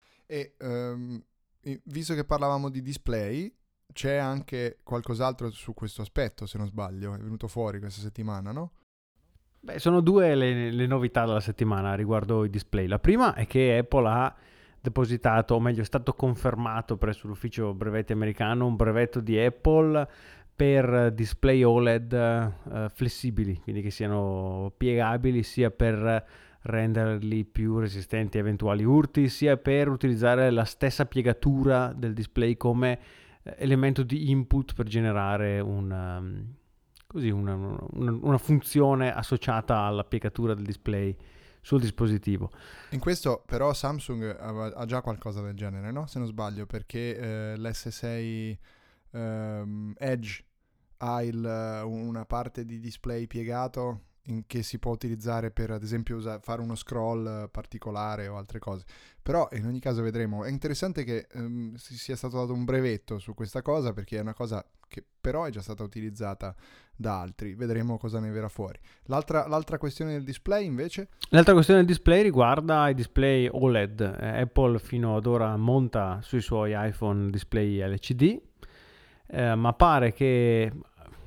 [SPEAKER 1] E um, visto che parlavamo di display, c'è anche qualcos'altro su questo aspetto, se non sbaglio, è venuto fuori questa settimana, no?
[SPEAKER 2] Beh, sono due le, le novità della settimana riguardo i display. La prima è che Apple ha depositato, o meglio è stato confermato presso l'ufficio brevetti americano, un brevetto di Apple per display O L E D uh, flessibili, quindi che siano piegabili sia per renderli più resistenti a eventuali urti, sia per utilizzare la stessa piegatura del display come elemento di input per generare un, um, così una, una, una funzione associata alla piegatura del display sul dispositivo.
[SPEAKER 1] In questo però Samsung ha già qualcosa del genere, no? Se non sbaglio, perché eh, l'S sei ehm, Edge ha il, una parte di display piegato in che si può utilizzare per ad esempio usa- fare uno scroll particolare o altre cose. Però in ogni caso vedremo. È interessante che ehm, si sia stato dato un brevetto su questa cosa, perché è una cosa che però è già stata utilizzata da altri. Vedremo cosa ne verrà fuori. L'altra, l'altra questione del display invece?
[SPEAKER 2] L'altra questione del display riguarda i display O L E D. Eh, Apple fino ad ora monta sui suoi iPhone display L C D, eh, ma pare che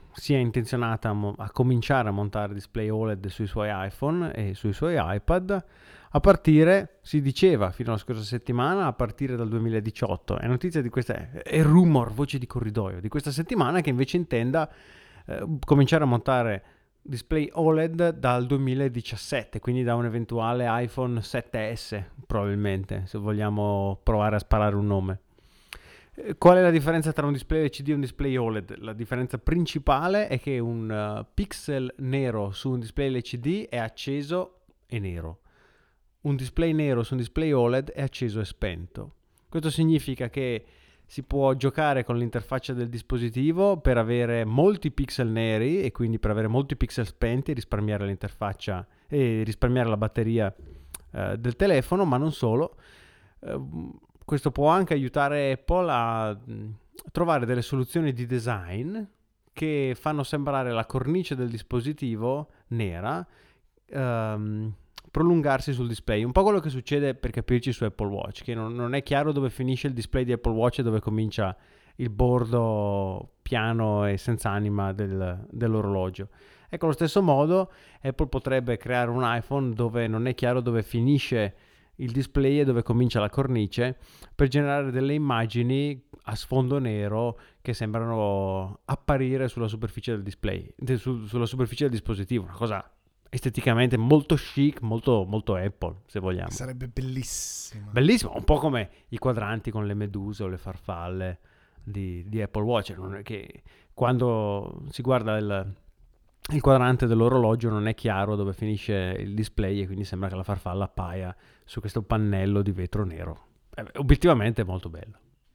[SPEAKER 2] sia intenzionata a, mo- a cominciare a montare display O L E D sui suoi iPhone e sui suoi iPad a partire, si diceva fino alla scorsa settimana, a partire dal duemiladiciotto. È notizia di questa, è rumor, voce di corridoio, di questa settimana, che invece intenda eh, cominciare a montare display O L E D dal duemiladiciassette, quindi da un eventuale iPhone sette S probabilmente, se vogliamo provare a sparare un nome. Qual è la differenza tra un display L C D e un display O L E D? La differenza principale è che un uh, pixel nero su un display L C D è acceso e nero. Un display nero su un display O L E D è acceso e spento. Questo significa che si può giocare con l'interfaccia del dispositivo per avere molti pixel neri e quindi per avere molti pixel spenti e risparmiare l'interfaccia e risparmiare la batteria uh, del telefono, ma non solo. Uh, Questo può anche aiutare Apple a trovare delle soluzioni di design che fanno sembrare la cornice del dispositivo nera um, prolungarsi sul display. Un po' quello che succede, per capirci, su Apple Watch, che non, non è chiaro dove finisce il display di Apple Watch e dove comincia il bordo piano e senza anima del, dell'orologio. Ecco, allo stesso modo Apple potrebbe creare un iPhone dove non è chiaro dove finisce il display e dove comincia la cornice, per generare delle immagini a sfondo nero che sembrano apparire sulla superficie del display, de, su, sulla superficie del dispositivo, una cosa esteticamente molto chic, molto, molto Apple, se vogliamo.
[SPEAKER 1] Sarebbe bellissimo.
[SPEAKER 2] Bellissimo, un po' come i quadranti con le meduse o le farfalle di, di Apple Watch. Non è che quando si guarda il il quadrante dell'orologio non è chiaro dove finisce il display e quindi sembra che la farfalla appaia su questo pannello di vetro nero. Eh, obiettivamente è molto bello.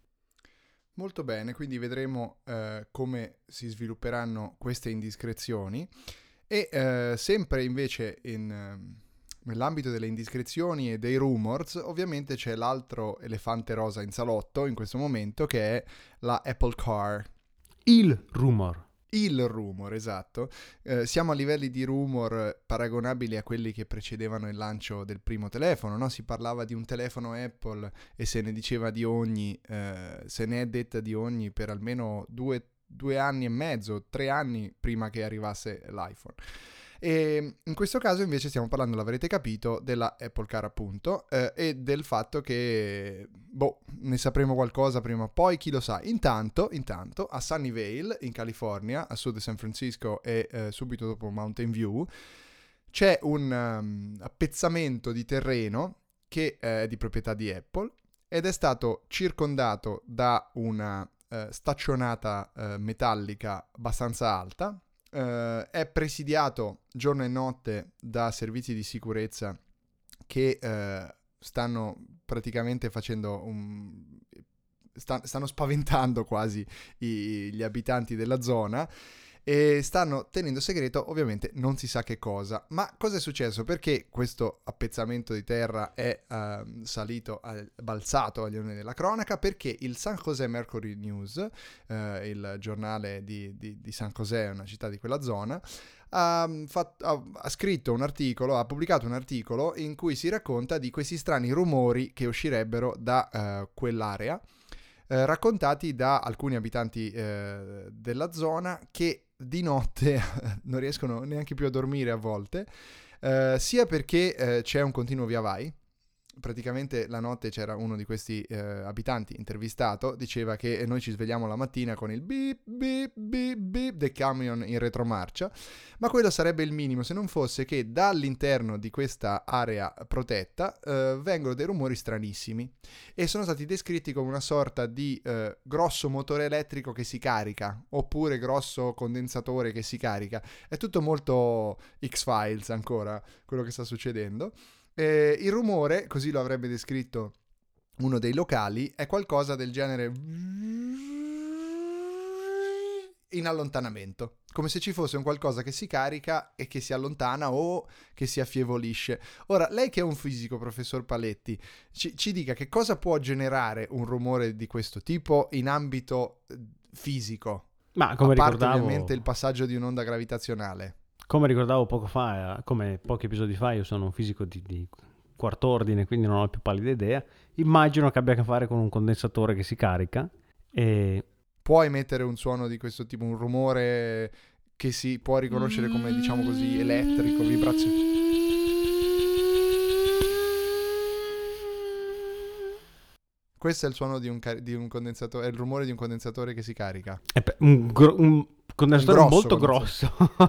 [SPEAKER 1] Molto bene, quindi vedremo eh, come si svilupperanno queste indiscrezioni e eh, sempre invece in, eh, nell'ambito delle indiscrezioni e dei rumors, ovviamente c'è l'altro elefante rosa in salotto in questo momento, che è la Apple Car.
[SPEAKER 2] Il rumor.
[SPEAKER 1] Il rumor, esatto. Eh, siamo a livelli di rumor paragonabili a quelli che precedevano il lancio del primo telefono, no? Si parlava di un telefono Apple e se ne diceva di ogni, eh, se ne è detta di ogni per almeno due, due anni e mezzo, tre anni prima che arrivasse l'iPhone. E in questo caso invece stiamo parlando, l'avrete capito, della Apple Car appunto, eh, e del fatto che, boh, ne sapremo qualcosa prima o poi, chi lo sa. Intanto, intanto a Sunnyvale, in California, a sud di San Francisco e eh, subito dopo Mountain View, c'è un um, appezzamento di terreno che eh, è di proprietà di Apple ed è stato circondato da una eh, staccionata eh, metallica abbastanza alta. Uh, è presidiato giorno e notte da servizi di sicurezza che uh, stanno praticamente facendo un... sta- stanno spaventando quasi i- gli abitanti della zona e stanno tenendo segreto ovviamente non si sa che cosa. Ma cosa è successo? Perché questo appezzamento di terra è uh, salito, è balzato agli onori della cronaca? Perché il San José Mercury News, uh, il giornale di, di, di San José, una città di quella zona, ha, fatto, ha, ha scritto un articolo, ha pubblicato un articolo in cui si racconta di questi strani rumori che uscirebbero da uh, quell'area, Uh, raccontati da alcuni abitanti uh, della zona che di notte non riescono neanche più a dormire a volte, uh, sia perché uh, c'è un continuo via vai. Praticamente la notte c'era uno di questi eh, abitanti intervistato, diceva che noi ci svegliamo la mattina con il beep beep beep beep del camion in retromarcia, ma quello sarebbe il minimo se non fosse che dall'interno di questa area protetta eh, vengono dei rumori stranissimi e sono stati descritti come una sorta di eh, grosso motore elettrico che si carica oppure grosso condensatore che si carica. È tutto molto X-Files ancora quello che sta succedendo. Eh, il rumore, così lo avrebbe descritto uno dei locali, è qualcosa del genere in allontanamento, come se ci fosse un qualcosa che si carica e che si allontana o che si affievolisce. Ora, lei che è un fisico, professor Paletti, ci, ci dica che cosa può generare un rumore di questo tipo in ambito fisico,
[SPEAKER 2] Ma come
[SPEAKER 1] a parte
[SPEAKER 2] ricordavo...
[SPEAKER 1] ovviamente il passaggio di un'onda gravitazionale.
[SPEAKER 2] Come ricordavo poco fa, come pochi episodi fa, io sono un fisico di, di quarto ordine, quindi non ho la più pallida idea. Immagino che abbia a che fare con un condensatore che si carica e
[SPEAKER 1] può emettere un suono di questo tipo, un rumore che si può riconoscere come, diciamo così, elettrico, vibrazionale. Questo è il suono di un, car- di un condensatore, è il rumore di un condensatore che si carica.
[SPEAKER 2] Eh beh, un, gro- un condensatore
[SPEAKER 1] Un grosso
[SPEAKER 2] molto grosso.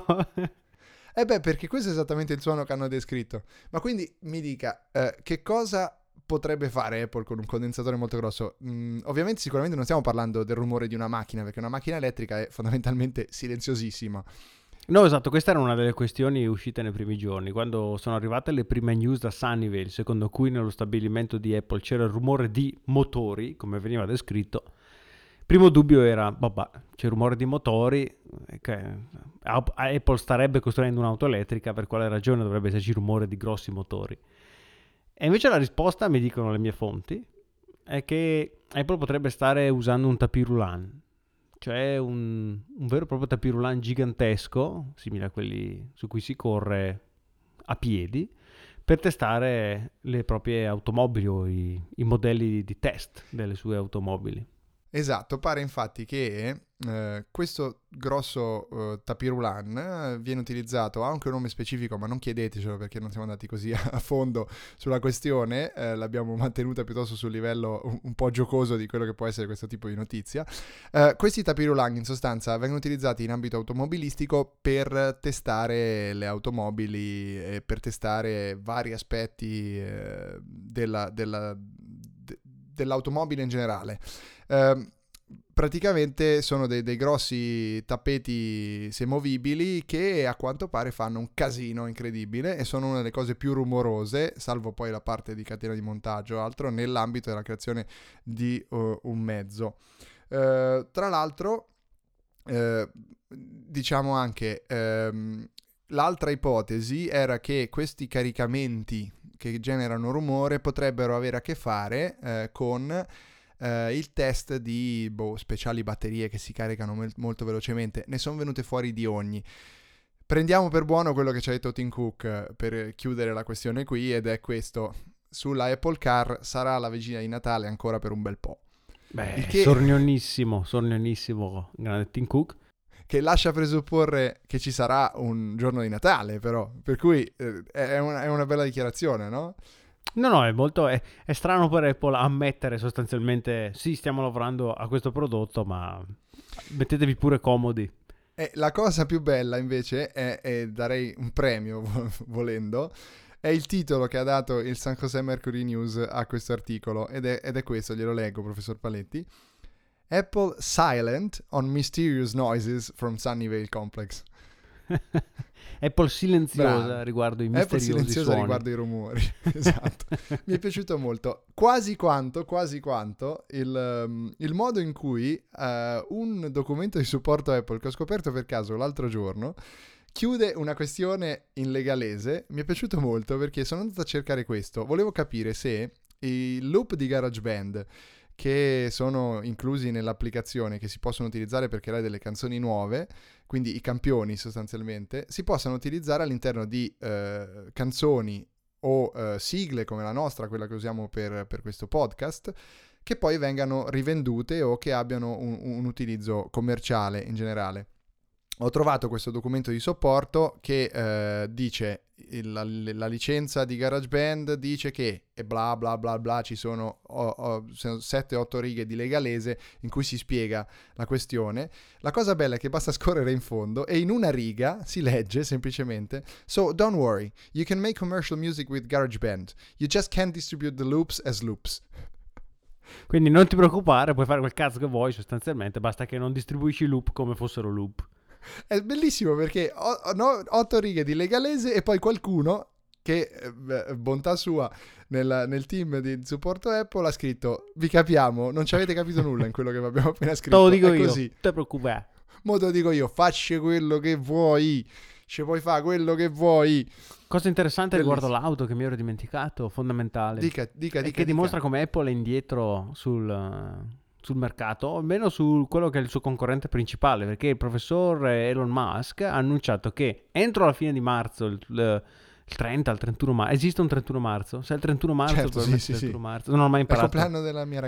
[SPEAKER 1] Eh beh, perché questo è esattamente il suono che hanno descritto. Ma quindi mi dica, eh, che cosa potrebbe fare Apple con un condensatore molto grosso? Mm, ovviamente sicuramente non stiamo parlando del rumore di una macchina, perché una macchina elettrica è fondamentalmente silenziosissima.
[SPEAKER 2] No, esatto, questa era una delle questioni uscite nei primi giorni, quando sono arrivate le prime news da Sunnyvale, secondo cui nello stabilimento di Apple c'era il rumore di motori, come veniva descritto. Il primo dubbio era, vabbè, c'è il rumore di motori, che Apple starebbe costruendo un'auto elettrica, per quale ragione dovrebbe esserci rumore di grossi motori? E invece la risposta, mi dicono le mie fonti, è che Apple potrebbe stare usando un tapis roulant, cioè un, un vero e proprio tapis roulant gigantesco, simile a quelli su cui si corre a piedi, per testare le proprie automobili o i, i modelli di test delle sue automobili.
[SPEAKER 1] Esatto, pare infatti che eh, questo grosso eh, tapis roulant eh, viene utilizzato, ha anche un nome specifico, ma non chiedetecelo perché non siamo andati così a fondo sulla questione, eh, l'abbiamo mantenuta piuttosto sul livello un, un po' giocoso di quello che può essere questo tipo di notizia. Eh, questi tapis roulant in sostanza vengono utilizzati in ambito automobilistico per testare le automobili e per testare vari aspetti eh, della, della, de, dell'automobile in generale. Uh, praticamente sono dei, dei grossi tappeti semovibili che a quanto pare fanno un casino incredibile e sono una delle cose più rumorose, salvo poi la parte di catena di montaggio o altro, nell'ambito della creazione di uh, un mezzo. Uh, tra l'altro uh, diciamo anche um, l'altra ipotesi era che questi caricamenti che generano rumore potrebbero avere a che fare uh, con Uh, il test di boh, speciali batterie che si caricano me- molto velocemente. Ne sono venute fuori di ogni. Prendiamo per buono quello che ci ha detto Tim Cook uh, per chiudere la questione qui, ed è questo: sulla Apple Car sarà la vigilia di Natale ancora per un bel po'.
[SPEAKER 2] Beh,
[SPEAKER 1] che...
[SPEAKER 2] sornionissimo, sornionissimo grande Tim Cook,
[SPEAKER 1] che lascia presupporre che ci sarà un giorno di Natale, però, per cui eh, è, una, è una bella dichiarazione, no?
[SPEAKER 2] No, no, è molto è, è strano per Apple ammettere sostanzialmente sì, stiamo lavorando a questo prodotto, ma mettetevi pure comodi.
[SPEAKER 1] E la cosa più bella invece è, e darei un premio volendo, è il titolo che ha dato il San Jose Mercury News a questo articolo, ed è, ed è questo, glielo leggo, professor Paletti: Apple silent on mysterious noises from Sunnyvale Complex.
[SPEAKER 2] Apple silenziosa
[SPEAKER 1] Bravo.
[SPEAKER 2] riguardo i
[SPEAKER 1] Apple
[SPEAKER 2] misteriosi
[SPEAKER 1] silenziosa
[SPEAKER 2] suoni.
[SPEAKER 1] riguardo i rumori. Esatto. Mi è piaciuto molto, quasi quanto quasi quanto il, um, il modo in cui uh, un documento di supporto Apple che ho scoperto per caso l'altro giorno chiude una questione in legalese. Mi è piaciuto molto perché sono andato a cercare questo, volevo capire se i loop di GarageBand che sono inclusi nell'applicazione, che si possono utilizzare per creare delle canzoni nuove, quindi i campioni sostanzialmente, si possano utilizzare all'interno di eh, canzoni o eh, sigle come la nostra, quella che usiamo per, per questo podcast, che poi vengano rivendute o che abbiano un, un utilizzo commerciale in generale. Ho trovato questo documento di supporto che eh, dice il, la, la licenza di GarageBand dice che e bla bla bla bla, ci sono sette otto righe di legalese in cui si spiega la questione. La cosa bella è che basta scorrere in fondo e in una riga si legge semplicemente: so don't worry, you can make commercial music with GarageBand, you just can't distribute the loops as loops.
[SPEAKER 2] Quindi non ti preoccupare, puoi fare quel cazzo che vuoi sostanzialmente, basta che non distribuisci i loop come fossero loop.
[SPEAKER 1] È bellissimo perché ho, no, otto righe di legalese e poi qualcuno che, eh, bontà sua, nel, nel team di supporto Apple ha scritto: vi capiamo, non ci avete capito nulla in quello che vi abbiamo appena scritto.
[SPEAKER 2] Te lo dico
[SPEAKER 1] è
[SPEAKER 2] io,
[SPEAKER 1] così.
[SPEAKER 2] non ti preoccupare.
[SPEAKER 1] Mo te lo dico io, facci quello che vuoi, ci puoi fare quello che vuoi.
[SPEAKER 2] Cosa interessante
[SPEAKER 1] Bellissimo.
[SPEAKER 2] Riguardo l'auto che mi ero dimenticato, fondamentale,
[SPEAKER 1] Dica, dica,
[SPEAKER 2] è
[SPEAKER 1] dica,
[SPEAKER 2] che
[SPEAKER 1] dica.
[SPEAKER 2] dimostra come Apple è indietro sul... sul mercato, o almeno su quello che è il suo concorrente principale, perché il professor Elon Musk ha annunciato che entro la fine di marzo, il, il trenta, il trentuno marzo, esiste un trentuno marzo? Se è il trentuno marzo,
[SPEAKER 1] certo,
[SPEAKER 2] probabilmente
[SPEAKER 1] sì,
[SPEAKER 2] il
[SPEAKER 1] sì,
[SPEAKER 2] trentuno
[SPEAKER 1] sì.
[SPEAKER 2] marzo, non ho mai
[SPEAKER 1] È il
[SPEAKER 2] imparato.
[SPEAKER 1] compleanno della mia ragazza.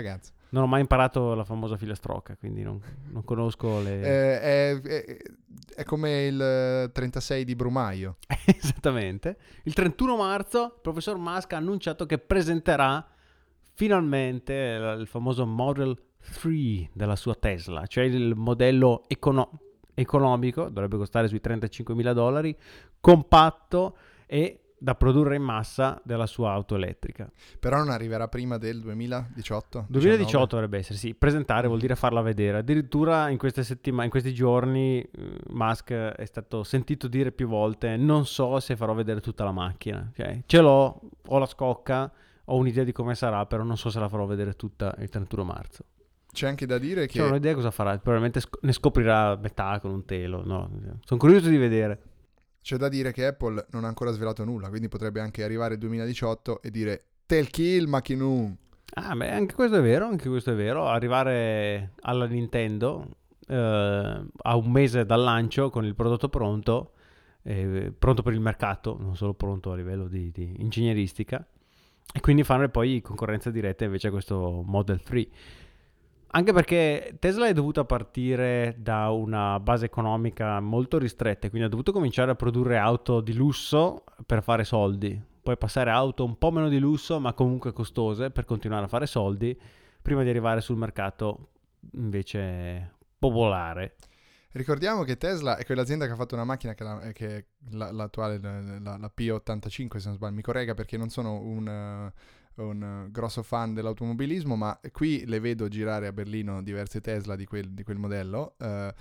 [SPEAKER 2] Non ho mai imparato la famosa filastrocca, quindi non, non conosco le...
[SPEAKER 1] Eh, è, è, è come il trentasei di Brumaio.
[SPEAKER 2] Esattamente. Il trentuno marzo il professor Musk ha annunciato che presenterà finalmente il famoso Model tre della sua Tesla, cioè il modello econo- economico, dovrebbe costare sui trentacinquemila dollari, compatto e da produrre in massa della sua auto elettrica.
[SPEAKER 1] Però non arriverà prima del duemiladiciotto?
[SPEAKER 2] duemiladiciotto dovrebbe essere, sì. Presentare vuol dire farla vedere. Addirittura in queste settimane, in questi giorni, Musk è stato sentito dire più volte: non so se farò vedere tutta la macchina. Cioè, ce l'ho, ho la scocca, ho un'idea di come sarà, però non so se la farò vedere tutta il trentuno marzo.
[SPEAKER 1] C'è anche da dire che...
[SPEAKER 2] Non ho idea cosa farà, probabilmente sc- ne scoprirà metà con un telo. No? Sono curioso di vedere.
[SPEAKER 1] C'è da dire che Apple non ha ancora svelato nulla, quindi potrebbe anche arrivare il duemiladiciotto e dire tel kill machinum.
[SPEAKER 2] Ah, beh, anche questo è vero, anche questo è vero. Arrivare alla Nintendo eh, a un mese dal lancio con il prodotto pronto, eh, pronto per il mercato, non solo pronto a livello di, di ingegneristica, e quindi fare poi concorrenza diretta invece a questo Model tre. Anche perché Tesla è dovuta partire da una base economica molto ristretta, quindi ha dovuto cominciare a produrre auto di lusso per fare soldi, poi passare a auto un po' meno di lusso ma comunque costose per continuare a fare soldi, prima di arrivare sul mercato invece popolare.
[SPEAKER 1] Ricordiamo che Tesla è quell'azienda che ha fatto una macchina che, la, che è la, l'attuale, la, la, la P ottantacinque se non sbaglio, mi corregga perché non sono un... Uh, un grosso fan dell'automobilismo, ma qui le vedo girare a Berlino diverse Tesla di quel, di quel modello. Uh,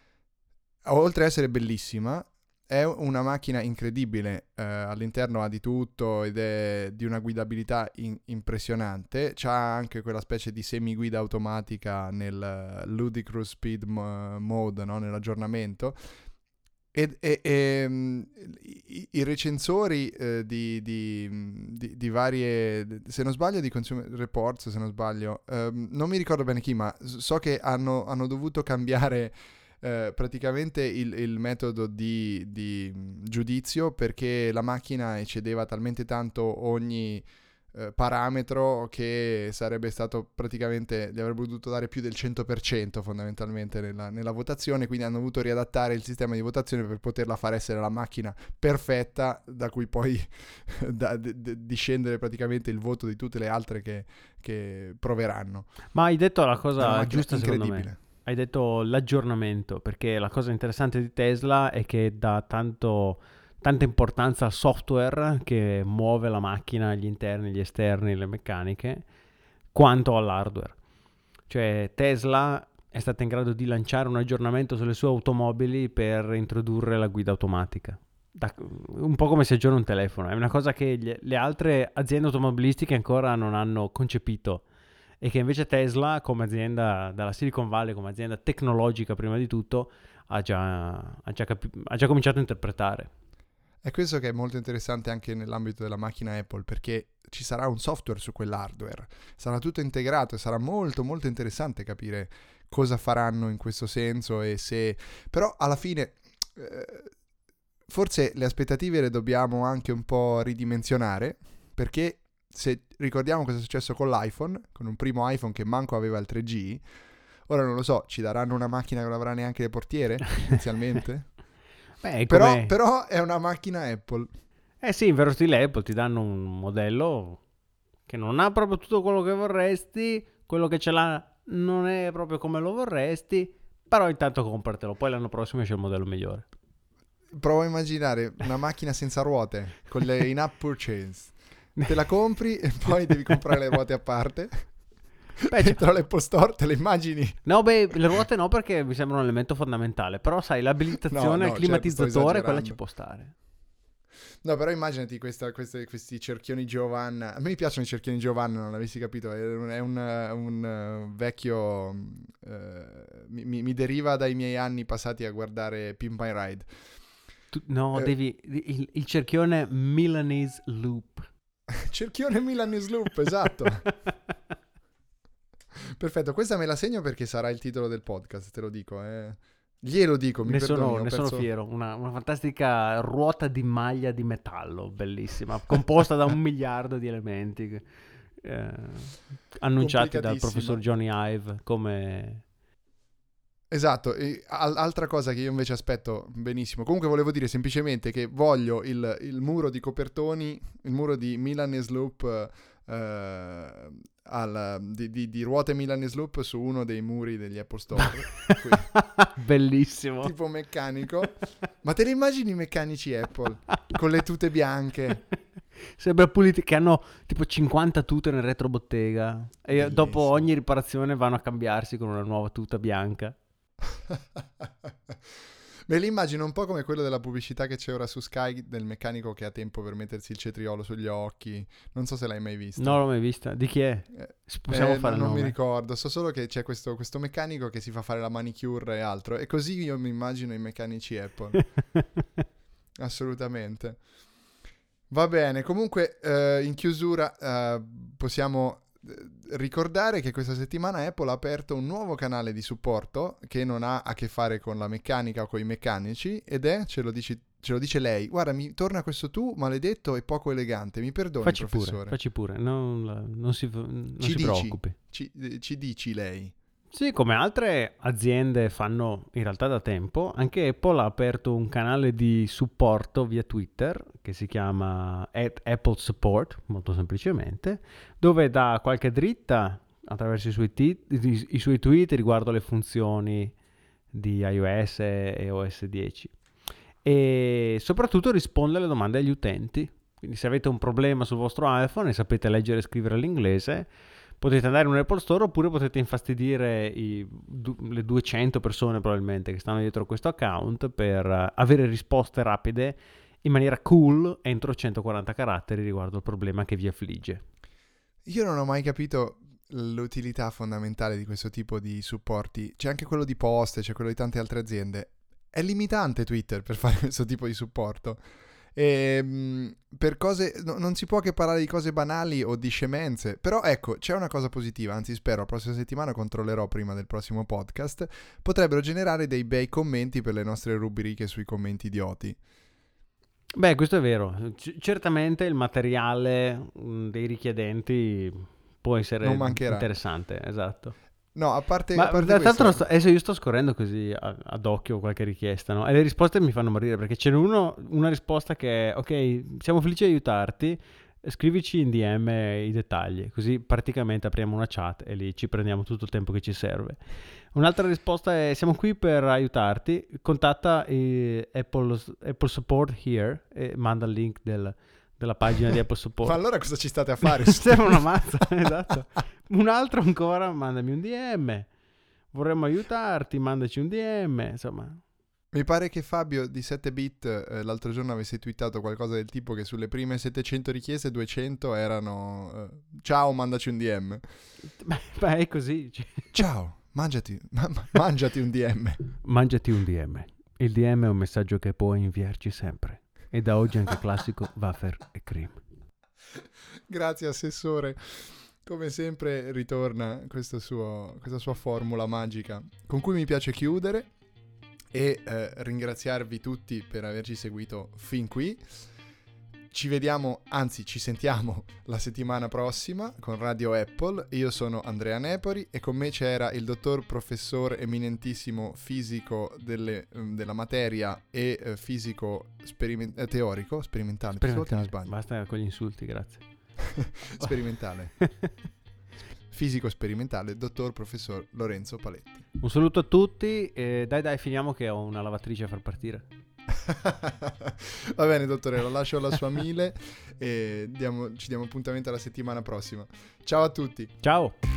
[SPEAKER 1] oltre ad essere bellissima, è una macchina incredibile, uh, all'interno ha di tutto ed è di una guidabilità in- impressionante. C'ha anche quella specie di semiguida automatica nel uh, Ludicrous Speed mo- mode, no? Nell'aggiornamento. E, e, e i, i recensori eh, di, di, di, di varie, se non sbaglio di Consumer Reports, se non sbaglio, ehm, non mi ricordo bene chi, ma so che hanno, hanno dovuto cambiare eh, praticamente il, il metodo di, di giudizio perché la macchina eccedeva talmente tanto ogni eh, parametro che sarebbe stato praticamente, gli avrebbe dovuto dare più del cento per cento fondamentalmente nella, nella votazione, quindi hanno dovuto riadattare il sistema di votazione per poterla far essere la macchina perfetta da cui poi da, d- d- discendere praticamente il voto di tutte le altre che, che proveranno.
[SPEAKER 2] Ma hai detto la cosa giusta
[SPEAKER 1] incredibile.
[SPEAKER 2] secondo me. Hai detto l'aggiornamento, perché la cosa interessante di Tesla è che dà tanto... tanta importanza al software che muove la macchina, gli interni, gli esterni, le meccaniche, quanto all'hardware. Cioè Tesla è stata in grado di lanciare un aggiornamento sulle sue automobili per introdurre la guida automatica. Da, un po' come si aggiorna un telefono, è una cosa che gli, le altre aziende automobilistiche ancora non hanno concepito e che invece Tesla, come azienda dalla Silicon Valley, come azienda tecnologica prima di tutto, ha già, ha già, capi- ha già cominciato a interpretare.
[SPEAKER 1] È questo che è molto interessante anche nell'ambito della macchina Apple, perché ci sarà un software su quell'hardware, sarà tutto integrato e sarà molto molto interessante capire cosa faranno in questo senso e se... Però alla fine eh, forse le aspettative le dobbiamo anche un po' ridimensionare, perché se ricordiamo cosa è successo con l'iPhone, con un primo iPhone che manco aveva il tre G, ora non lo so, ci daranno una macchina che non avrà neanche le portiere inizialmente?
[SPEAKER 2] Beh, è
[SPEAKER 1] Però,
[SPEAKER 2] come...
[SPEAKER 1] però è una macchina Apple.
[SPEAKER 2] Eh sì, in vero stile Apple ti danno un modello che non ha proprio tutto quello che vorresti, quello che ce l'ha non è proprio come lo vorresti, però intanto compratelo, poi l'anno prossimo esce il modello migliore.
[SPEAKER 1] Provo a immaginare una macchina senza ruote, con le in-app purchase. Te la compri e poi devi comprare le ruote a parte.
[SPEAKER 2] Beh,
[SPEAKER 1] Dentro l'Apple Store te le immagini?
[SPEAKER 2] No, beh, le ruote no perché mi sembra un elemento fondamentale, però sai, l'abilitazione
[SPEAKER 1] No, no,
[SPEAKER 2] al
[SPEAKER 1] certo,
[SPEAKER 2] climatizzatore,
[SPEAKER 1] sto
[SPEAKER 2] quella ci
[SPEAKER 1] esagerando.
[SPEAKER 2] può stare.
[SPEAKER 1] No, però immaginati questa, queste- questi cerchioni Giovanna. A me piacciono i cerchioni Giovanna, non l'avessi capito. È un, è un, un, uh, vecchio. eh, mi, mi- mi deriva dai miei anni passati a guardare Pimp My Ride.
[SPEAKER 2] Tu- no,
[SPEAKER 1] Eh,
[SPEAKER 2] devi... Il, il cerchione Milanese Loop.
[SPEAKER 1] cerchione Milanese Loop, esatto. Perfetto, questa me la segno perché sarà il titolo del podcast, te lo dico. Eh. Glielo dico, mi
[SPEAKER 2] Ne
[SPEAKER 1] perdoni.
[SPEAKER 2] sono,
[SPEAKER 1] ho
[SPEAKER 2] ne sono
[SPEAKER 1] perso-
[SPEAKER 2] fiero, una, una fantastica ruota di maglia di metallo, bellissima, composta da un miliardo di elementi. eh, annunciati dal
[SPEAKER 1] Complicatissima.
[SPEAKER 2] professor Johnny Ive come...
[SPEAKER 1] Esatto, e al- altra cosa che io invece aspetto benissimo. Comunque volevo dire semplicemente che voglio il, il muro di copertoni, il muro di Milan Sloop, eh, al, di, di, di ruote Milan Sloop su uno dei muri degli Apple Store. Qui,
[SPEAKER 2] Bellissimo.
[SPEAKER 1] tipo meccanico. Ma te le immagini i meccanici Apple con le tute bianche?
[SPEAKER 2] Sembra puliti, che hanno tipo cinquanta tute nel retrobottega e
[SPEAKER 1] Bellissimo.
[SPEAKER 2] dopo ogni riparazione vanno a cambiarsi con una nuova tuta bianca.
[SPEAKER 1] Me li immagino un po' come quello della pubblicità che c'è ora su Sky del meccanico che ha tempo per mettersi il cetriolo sugli occhi. Non so se l'hai mai visto.
[SPEAKER 2] Non l'ho mai vista. Di chi è?
[SPEAKER 1] Eh,
[SPEAKER 2] Possiamo
[SPEAKER 1] eh,
[SPEAKER 2] fare il
[SPEAKER 1] non
[SPEAKER 2] nome?
[SPEAKER 1] mi ricordo, so solo che c'è questo, questo meccanico che si fa fare la manicure e altro. E così io mi immagino i meccanici Apple. Assolutamente. Va bene, comunque eh, in chiusura eh, possiamo ricordare che questa settimana Apple ha aperto un nuovo canale di supporto che non ha a che fare con la meccanica o con i meccanici ed è, ce lo dici, ce lo dice lei, guarda mi torna questo tu maledetto e poco elegante, mi perdoni
[SPEAKER 2] Facci
[SPEAKER 1] professore.
[SPEAKER 2] pure, facci pure, non, non si, non
[SPEAKER 1] ci
[SPEAKER 2] si
[SPEAKER 1] dici,
[SPEAKER 2] preoccupi.
[SPEAKER 1] Ci, ci dici lei.
[SPEAKER 2] Sì, come altre aziende fanno in realtà da tempo, anche Apple ha aperto un canale di supporto via Twitter che si chiama at Apple Support, molto semplicemente, dove dà qualche dritta attraverso i suoi, t- i, i suoi tweet riguardo le funzioni di iOS e O S dieci e soprattutto risponde alle domande degli utenti. Quindi se avete un problema sul vostro iPhone e sapete leggere e scrivere l'inglese, potete andare in un Apple Store oppure potete infastidire i, du, le duecento persone probabilmente che stanno dietro questo account per avere risposte rapide in maniera cool entro centoquaranta caratteri riguardo il problema che vi affligge.
[SPEAKER 1] Io non ho mai capito l'utilità fondamentale di questo tipo di supporti. C'è anche quello di Poste, c'è quello di tante altre aziende. È limitante Twitter per fare questo tipo di supporto. E, mh, per cose no, non si può che parlare di cose banali o di scemenze, però ecco c'è una cosa positiva, anzi spero la prossima settimana controllerò prima del prossimo podcast, potrebbero generare dei bei commenti per le nostre rubriche sui commenti idioti.
[SPEAKER 2] Beh, questo è vero, C- certamente il materiale mh, dei richiedenti può essere
[SPEAKER 1] Non mancherà.
[SPEAKER 2] interessante, esatto.
[SPEAKER 1] No, a parte,
[SPEAKER 2] Ma
[SPEAKER 1] a parte
[SPEAKER 2] tra l'altro
[SPEAKER 1] questo,
[SPEAKER 2] sto- adesso io sto scorrendo così a- ad occhio qualche richiesta, no? E le risposte mi fanno morire perché c'è uno, una risposta che è ok, siamo felici di aiutarti, scrivici in D M i dettagli, così praticamente apriamo una chat e lì ci prendiamo tutto il tempo che ci serve. Un'altra risposta è siamo qui per aiutarti, contatta eh, Apple, Apple Support here e manda il link del, della pagina di Apple Support.
[SPEAKER 1] ma allora cosa ci state a fare?
[SPEAKER 2] Sembra una mazza, esatto. Un altro ancora, mandami un D M. Vorremmo aiutarti, mandaci un D M, insomma.
[SPEAKER 1] Mi pare che Fabio di sette bit eh, l'altro giorno avesse twittato qualcosa del tipo che sulle prime settecento richieste duecento erano eh, ciao, mandaci un D M.
[SPEAKER 2] Beh, beh, è così.
[SPEAKER 1] Ciao, mangiati, ma- ma- mangiati un D M.
[SPEAKER 2] Mangiati un D M. Il D M è un messaggio che puoi inviarci sempre. E da oggi anche classico, wafer e cream.
[SPEAKER 1] Grazie assessore. Come sempre ritorna questo suo, questa sua formula magica con cui mi piace chiudere e eh, ringraziarvi tutti per averci seguito fin qui. Ci vediamo, anzi ci sentiamo la settimana prossima con Radio Apple. Io sono Andrea Nepori e con me c'era il dottor professor eminentissimo fisico delle, della materia e eh, fisico speriment- eh, teorico, sperimentale.
[SPEAKER 2] Sperimentale.
[SPEAKER 1] Mi sbaglio.
[SPEAKER 2] Basta con gli insulti, grazie.
[SPEAKER 1] Sperimentale. Fisico sperimentale, dottor professor Lorenzo Paletti.
[SPEAKER 2] Un saluto a tutti e dai dai finiamo che ho una lavatrice a far partire.
[SPEAKER 1] Va bene dottore, lo lascio alla sua mile e diamo, ci diamo appuntamento alla settimana prossima. Ciao a tutti.
[SPEAKER 2] Ciao.